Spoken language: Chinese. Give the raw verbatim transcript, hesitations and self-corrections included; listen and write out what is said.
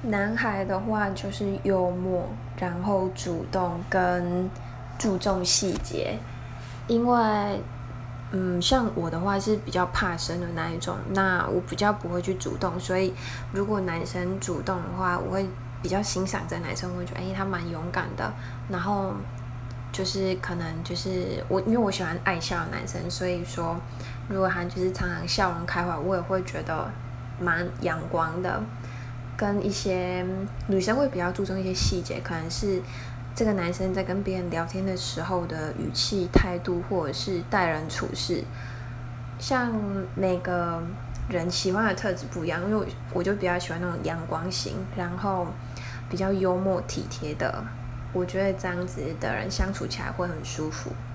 男孩的话就是幽默，然后主动跟注重细节，因为嗯，像我的话是比较怕生的那一种，那我比较不会去主动，所以如果男生主动的话，我会比较欣赏这男生，我会觉得哎、欸，他蛮勇敢的，然后就是可能就是我，因为我喜欢爱笑的男生，所以说如果他就是常常笑容开怀，我也会觉得蛮阳光的。跟一些女生会比较注重一些细节，可能是这个男生在跟别人聊天的时候的语气、态度，或者是待人处事。像每个人喜欢的特质不一样，因为我我就比较喜欢那种阳光型，然后比较幽默体贴的，我觉得这样子的人相处起来会很舒服。